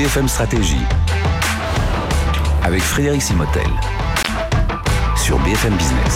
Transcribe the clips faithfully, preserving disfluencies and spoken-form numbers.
F M Stratégie avec Frédéric Simotel sur B F M Business.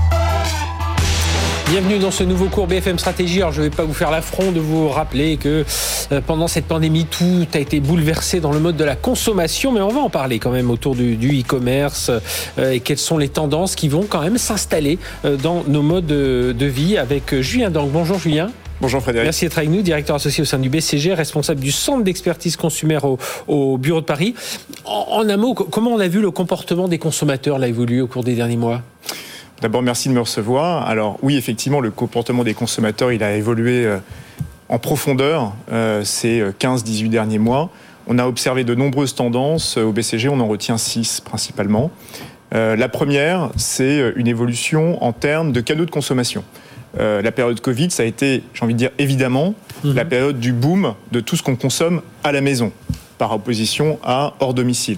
Bienvenue dans ce nouveau cours B F M Stratégie. Alors je ne vais pas vous faire l'affront de vous rappeler que euh, pendant cette pandémie, tout a été bouleversé dans le mode de la consommation, mais on va en parler quand même autour du, du e-commerce euh, et quelles sont les tendances qui vont quand même s'installer euh, dans nos modes de, de vie avec Julien Danck. Bonjour Julien. Bonjour Frédéric. Merci d'être avec nous, directeur associé au sein du B C G, responsable du centre d'expertise consumer au, au bureau de Paris. En, en un mot, comment on a vu le comportement des consommateurs là évoluer au cours des derniers mois ? D'abord, merci de me recevoir. Alors oui, effectivement, le comportement des consommateurs, il a évolué euh, en profondeur euh, ces quinze à dix-huit derniers mois. On a observé de nombreuses tendances. Au B C G, on en retient six principalement. Euh, la première, c'est une évolution en termes de canaux de consommation. Euh, la période Covid, ça a été, j'ai envie de dire, évidemment, mmh. la période du boom de tout ce qu'on consomme à la maison, par opposition à hors domicile.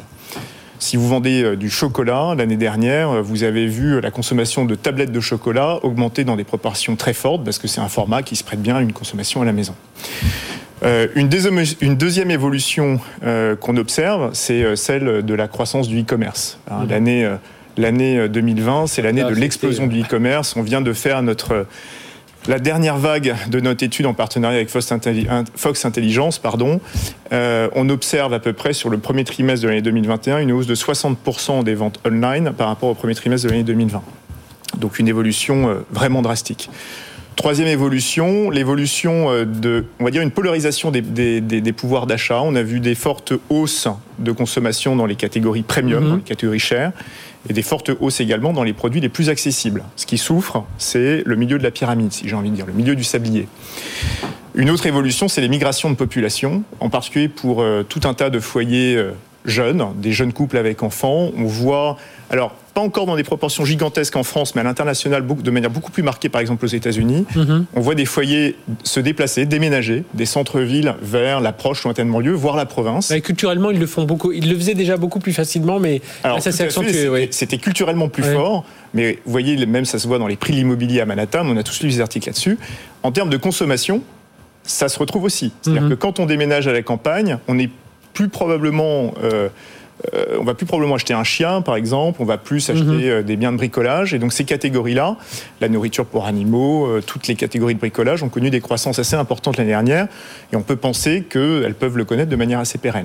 Si vous vendez du chocolat, l'année dernière, vous avez vu la consommation de tablettes de chocolat augmenter dans des proportions très fortes, parce que c'est un format qui se prête bien à une consommation à la maison. Euh, une, deuxième, une deuxième évolution euh, qu'on observe, c'est celle de la croissance du e-commerce. Hein, mmh. L'année... Euh, L'année deux mille vingt, c'est l'année de l'explosion du e-commerce. On vient de faire notre, la dernière vague de notre étude en partenariat avec Fox, Intelli- Fox Intelligence. Pardon. Euh, on observe à peu près sur le premier trimestre de l'année deux mille vingt et un une hausse de soixante pour cent des ventes online par rapport au premier trimestre de l'année deux mille vingt. Donc une évolution vraiment drastique. Troisième évolution, l'évolution de, on va dire, une polarisation des, des, des, des pouvoirs d'achat. On a vu des fortes hausses de consommation dans les catégories premium, mmh. dans les catégories chères, et des fortes hausses également dans les produits les plus accessibles. Ce qui souffre, c'est le milieu de la pyramide, si j'ai envie de dire, le milieu du sablier. Une autre évolution, c'est les migrations de population, en particulier pour euh, tout un tas de foyers euh, jeunes, des jeunes couples avec enfants. On voit, alors pas encore dans des proportions gigantesques en France, mais à l'international, de manière beaucoup plus marquée, par exemple aux États-Unis, mmh. on voit des foyers se déplacer, déménager des centres-villes vers la proche lointaine banlieue, voire la province. Ouais, culturellement, ils le font beaucoup. Ils le faisaient déjà beaucoup plus facilement, mais alors, là, ça s'est accentué. C'était, oui. c'était culturellement plus ouais. fort, mais vous voyez, même ça se voit dans les prix de l'immobilier à Manhattan. On a tous lu des articles là-dessus. En termes de consommation, ça se retrouve aussi. C'est-à-dire mmh. que quand on déménage à la campagne, on est plus probablement euh, Euh, on va plus probablement acheter un chien, par exemple, on va plus acheter mmh. euh, des biens de bricolage. Et donc ces catégories-là, la nourriture pour animaux, euh, toutes les catégories de bricolage ont connu des croissances assez importantes l'année dernière. Et on peut penser qu'elles peuvent le connaître de manière assez pérenne.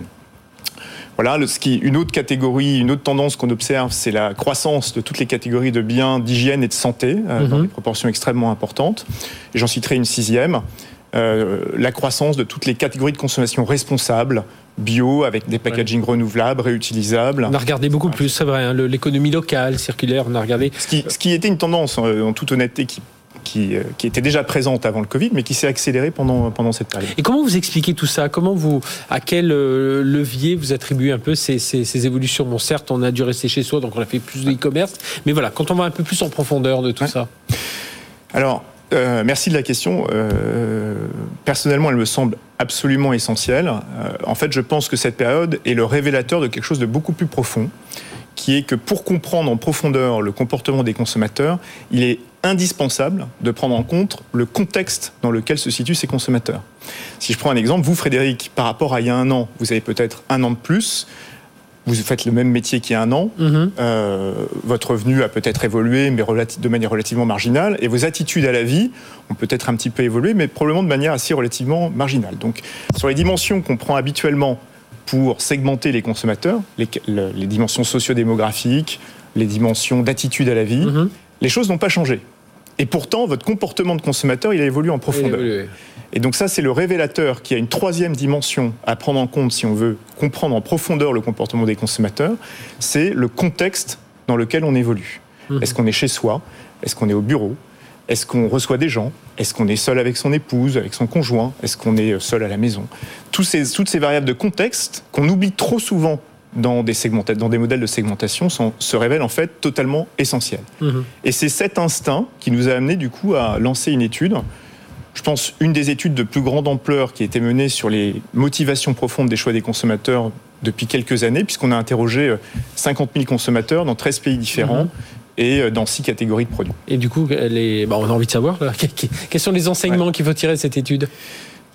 Voilà, le, ce qui, une autre catégorie, une autre tendance qu'on observe, c'est la croissance de toutes les catégories de biens d'hygiène et de santé, euh, mmh. dans des proportions extrêmement importantes. Et j'en citerai une sixième. Euh, la croissance de toutes les catégories de consommation responsables, bio, avec des packaging ouais. renouvelables, réutilisables. On a regardé beaucoup plus, c'est vrai, hein, l'économie locale, circulaire, on a regardé... Ce qui, ce qui était une tendance, en toute honnêteté, qui, qui, qui était déjà présente avant le Covid, mais qui s'est accélérée pendant, pendant cette période. Et comment vous expliquez tout ça ? Comment vous, à quel levier vous attribuez un peu ces, ces, ces évolutions ? Bon, certes, on a dû rester chez soi, donc on a fait plus de e-commerce, mais voilà, quand on va un peu plus en profondeur de tout ouais. ça. Alors... Euh, merci de la question. Euh, personnellement, elle me semble absolument essentielle. Euh, en fait, je pense que cette période est le révélateur de quelque chose de beaucoup plus profond, qui est que pour comprendre en profondeur le comportement des consommateurs, il est indispensable de prendre en compte le contexte dans lequel se situent ces consommateurs. Si je prends un exemple, vous, Frédéric, par rapport à il y a un an, vous avez peut-être un an de plus. Vous faites le même métier qu'il y a un an, mmh. euh, votre revenu a peut-être évolué, mais relati- de manière relativement marginale, et vos attitudes à la vie ont peut-être un petit peu évolué, mais probablement de manière assez relativement marginale. Donc, sur les dimensions qu'on prend habituellement pour segmenter les consommateurs, les, le, les dimensions socio-démographiques, les dimensions d'attitude à la vie, mmh. les choses n'ont pas changé. Et pourtant, votre comportement de consommateur, il a évolué en profondeur. Oui, oui, oui. Et donc ça, c'est le révélateur qui a une troisième dimension à prendre en compte si on veut comprendre en profondeur le comportement des consommateurs, c'est le contexte dans lequel on évolue. Mmh. Est-ce qu'on est chez soi ? Est-ce qu'on est au bureau ? Est-ce qu'on reçoit des gens ? Est-ce qu'on est seul avec son épouse, avec son conjoint ? Est-ce qu'on est seul à la maison ? Tous ces, toutes ces variables de contexte qu'on oublie trop souvent dans des, segmenta- dans des modèles de segmentation sont, se révèlent en fait totalement essentiels. Mmh. Et c'est cet instinct qui nous a amené du coup à lancer une étude. Je pense une des études de plus grande ampleur qui a été menée sur les motivations profondes des choix des consommateurs depuis quelques années, puisqu'on a interrogé cinquante mille consommateurs dans treize pays différents. Mmh. Et dans six catégories de produits. Et du coup, les... bah, on a envie de savoir, là, quels sont les enseignements ouais. qu'il faut tirer de cette étude ?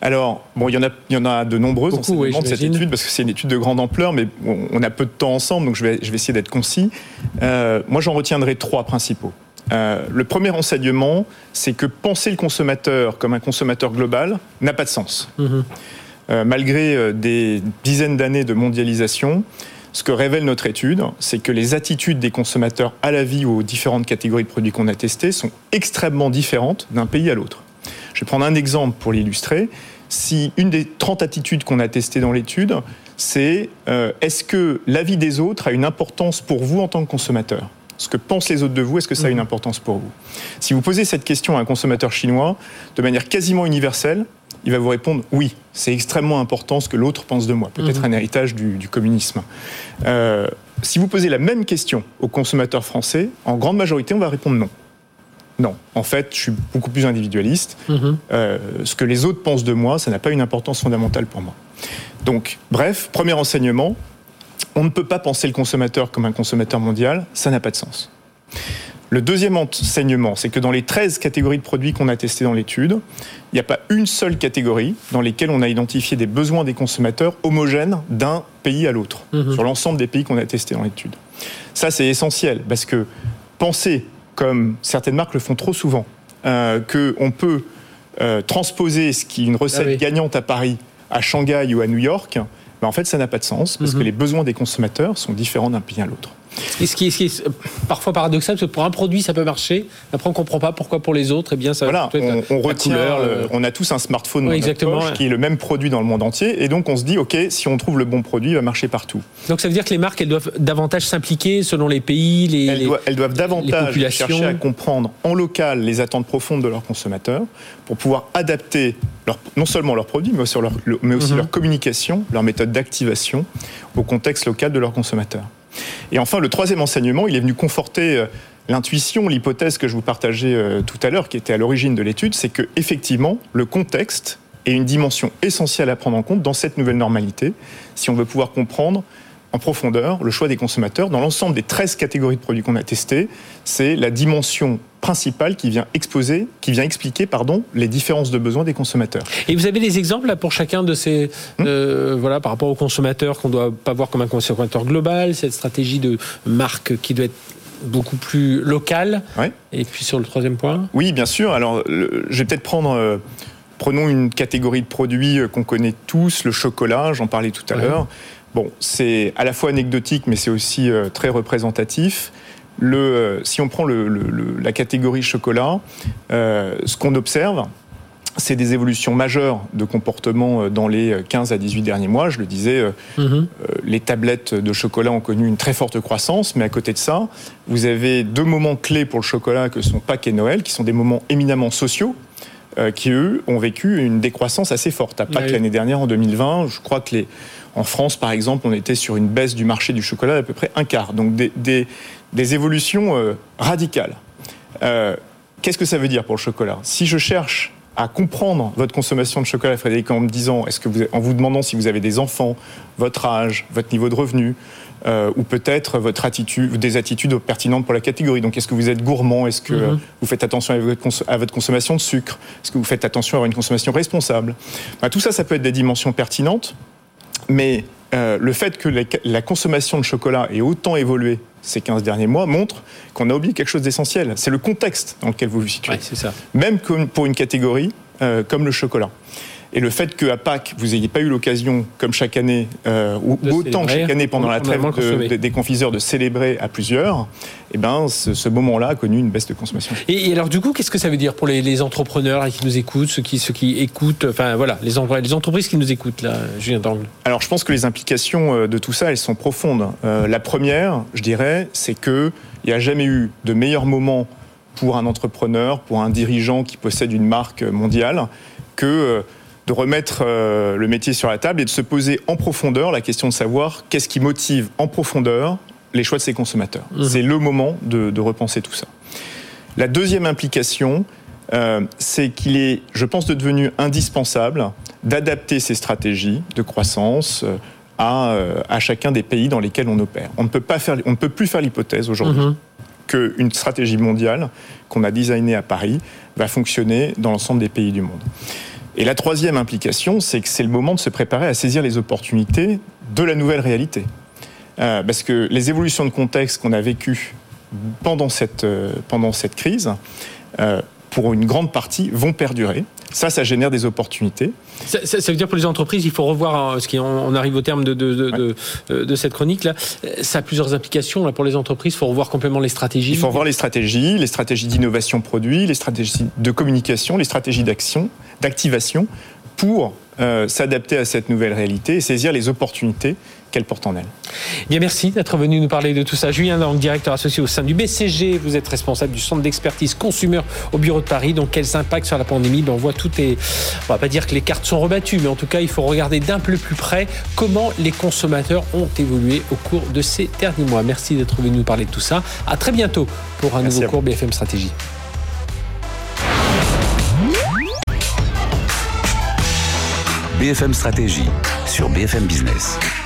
Alors, bon, il y en a, il y en a de nombreuses Beaucoup, oui, dans cette étude, parce que c'est une étude de grande ampleur, mais on, on a peu de temps ensemble, donc je vais, je vais essayer d'être concis. Euh, moi, j'en retiendrai trois principaux. Euh, le premier enseignement, c'est que penser le consommateur comme un consommateur global n'a pas de sens. Mmh. Euh, malgré euh, des dizaines d'années de mondialisation, ce que révèle notre étude, c'est que les attitudes des consommateurs à la vie ou aux différentes catégories de produits qu'on a testés sont extrêmement différentes d'un pays à l'autre. Je vais prendre un exemple pour l'illustrer. Si une des trente attitudes qu'on a testées dans l'étude, c'est euh, est-ce que l'avis des autres a une importance pour vous en tant que consommateur ? Ce que pensent les autres de vous, est-ce que ça a une importance pour vous ? Si vous posez cette question à un consommateur chinois, de manière quasiment universelle, il va vous répondre « oui, c'est extrêmement important ce que l'autre pense de moi », peut-être mmh. un héritage du, du communisme. Euh, si vous posez la même question aux consommateurs français, en grande majorité, on va répondre « non ». Non, en fait, je suis beaucoup plus individualiste. Mmh. Euh, ce que les autres pensent de moi, ça n'a pas une importance fondamentale pour moi. Donc, bref, premier enseignement, on ne peut pas penser le consommateur comme un consommateur mondial, ça n'a pas de sens. Le deuxième enseignement, c'est que dans les treize catégories de produits qu'on a testés dans l'étude, il n'y a pas une seule catégorie dans laquelle on a identifié des besoins des consommateurs homogènes d'un pays à l'autre, mmh. sur l'ensemble des pays qu'on a testés dans l'étude. Ça, c'est essentiel, parce que penser, comme certaines marques le font trop souvent, euh, qu'on peut euh, transposer ce qui est une recette ah oui. gagnante à Paris, à Shanghai ou à New York, ben en fait, ça n'a pas de sens, parce mmh. que les besoins des consommateurs sont différents d'un pays à l'autre. Et ce qui, est, ce qui est parfois paradoxal, parce que pour un produit, ça peut marcher. Après, on ne comprend pas pourquoi pour les autres, eh bien, ça voilà, va être on, on la retient, couleur. Le, on a tous un smartphone oui, dans notre poche ouais. qui est le même produit dans le monde entier, et donc on se dit, ok, si on trouve le bon produit, il va marcher partout. Donc ça veut dire que les marques, elles doivent davantage s'impliquer selon les pays, les Elles, les, doivent, elles doivent davantage chercher à comprendre en local les attentes profondes de leurs consommateurs pour pouvoir adapter leur, non seulement leurs produits, mais aussi, leur, mais aussi mm-hmm. leur communication, leur méthode d'activation au contexte local de leurs consommateurs. Et enfin, le troisième enseignement, il est venu conforter l'intuition, l'hypothèse que je vous partageais tout à l'heure, qui était à l'origine de l'étude, c'est que effectivement, le contexte est une dimension essentielle à prendre en compte dans cette nouvelle normalité, si on veut pouvoir comprendre en profondeur le choix des consommateurs. Dans l'ensemble des treize catégories de produits qu'on a testés, c'est la dimension principale qui vient exposer, qui vient expliquer, pardon, les différences de besoins des consommateurs. Et vous avez des exemples là pour chacun de ces, hum. euh, voilà, par rapport aux consommateurs qu'on ne doit pas voir comme un consommateur global, cette stratégie de marque qui doit être beaucoup plus locale. Ouais. Et puis sur le troisième point. Oui, bien sûr. Alors, le, je vais peut-être prendre. Euh, prenons une catégorie de produits qu'on connaît tous, le chocolat. J'en parlais tout à ouais. l'heure. Bon, c'est à la fois anecdotique, mais c'est aussi euh, très représentatif. Le, euh, si on prend le, le, le, la catégorie chocolat, euh, ce qu'on observe, c'est des évolutions majeures de comportement dans les quinze à dix-huit derniers mois. Je le disais, euh, mmh. euh, les tablettes de chocolat ont connu une très forte croissance, mais à côté de ça, vous avez deux moments clés pour le chocolat que sont Pâques et Noël, qui sont des moments éminemment sociaux, euh, qui eux ont vécu une décroissance assez forte. À Pâques oui. l'année dernière, en deux mille vingt, je crois que les En France, par exemple, on était sur une baisse du marché du chocolat d'à peu près un quart. Donc des, des, des évolutions euh, radicales. Euh, qu'est-ce que ça veut dire pour le chocolat ? Si je cherche à comprendre votre consommation de chocolat, Frédéric, en me disant, est-ce que vous, en vous demandant si vous avez des enfants, votre âge, votre niveau de revenu, euh, ou peut-être votre attitude, des attitudes pertinentes pour la catégorie. Donc, est-ce que vous êtes gourmand ? Est-ce que mm-hmm. vous faites attention à votre, cons- à votre consommation de sucre ? Est-ce que vous faites attention à avoir une consommation responsable ? Ben, tout ça, ça peut être des dimensions pertinentes. Mais euh, le fait que la, la consommation de chocolat ait autant évolué ces quinze derniers mois montre qu'on a oublié quelque chose d'essentiel. C'est le contexte dans lequel vous vous situez. Ouais, c'est ça. Même comme pour une catégorie euh, comme le chocolat. Et le fait qu'à Pâques, vous n'ayez pas eu l'occasion, comme chaque année, euh, ou autant que chaque année pendant la trêve de, de, des confiseurs, de célébrer à plusieurs, eh ben, ce, ce moment-là a connu une baisse de consommation. Et, et alors, du coup, qu'est-ce que ça veut dire pour les, les entrepreneurs qui nous écoutent, ceux qui, ceux qui écoutent, enfin voilà, les, les entreprises qui nous écoutent, là, Julien Dangle ? Alors, je pense que les implications de tout ça, elles sont profondes. Euh, la première, je dirais, c'est qu'il n'y a jamais eu de meilleur moment pour un entrepreneur, pour un dirigeant qui possède une marque mondiale, que euh, de remettre euh, le métier sur la table et de se poser en profondeur la question de savoir qu'est-ce qui motive en profondeur les choix de ses consommateurs. Mmh. C'est le moment de, de repenser tout ça. La deuxième implication, euh, c'est qu'il est, je pense, devenu indispensable d'adapter ces stratégies de croissance euh, à, euh, à chacun des pays dans lesquels on opère. On ne peut pas faire, on ne peut plus faire l'hypothèse aujourd'hui mmh. qu'une stratégie mondiale qu'on a designée à Paris va fonctionner dans l'ensemble des pays du monde. Et la troisième implication, c'est que c'est le moment de se préparer à saisir les opportunités de la nouvelle réalité. Euh, parce que les évolutions de contexte qu'on a vécues pendant cette, euh, pendant cette crise, euh, pour une grande partie, vont perdurer. Ça, ça génère des opportunités. Ça, ça, ça veut dire pour les entreprises, il faut revoir, parce qu'on arrive au terme de, de, de, ouais. de, de cette chronique-là, ça a plusieurs implications là, pour les entreprises, il faut revoir complètement les stratégies. Il faut revoir les stratégies, les stratégies d'innovation produit, les stratégies de communication, les stratégies d'action, d'activation, pour euh, s'adapter à cette nouvelle réalité et saisir les opportunités qu'elle porte en elle. Bien, merci d'être venu nous parler de tout ça. Julien Lang, directeur associé au sein du B C G, vous êtes responsable du centre d'expertise consumer au bureau de Paris. Donc, quels impacts sur la pandémie? Ben, on voit tout est, on va pas dire que les cartes sont rebattues, mais en tout cas, il faut regarder d'un peu plus près comment les consommateurs ont évolué au cours de ces derniers mois. Merci d'être venu nous parler de tout ça. À très bientôt pour un merci nouveau cours B F M Stratégie. B F M Stratégie sur B F M Business.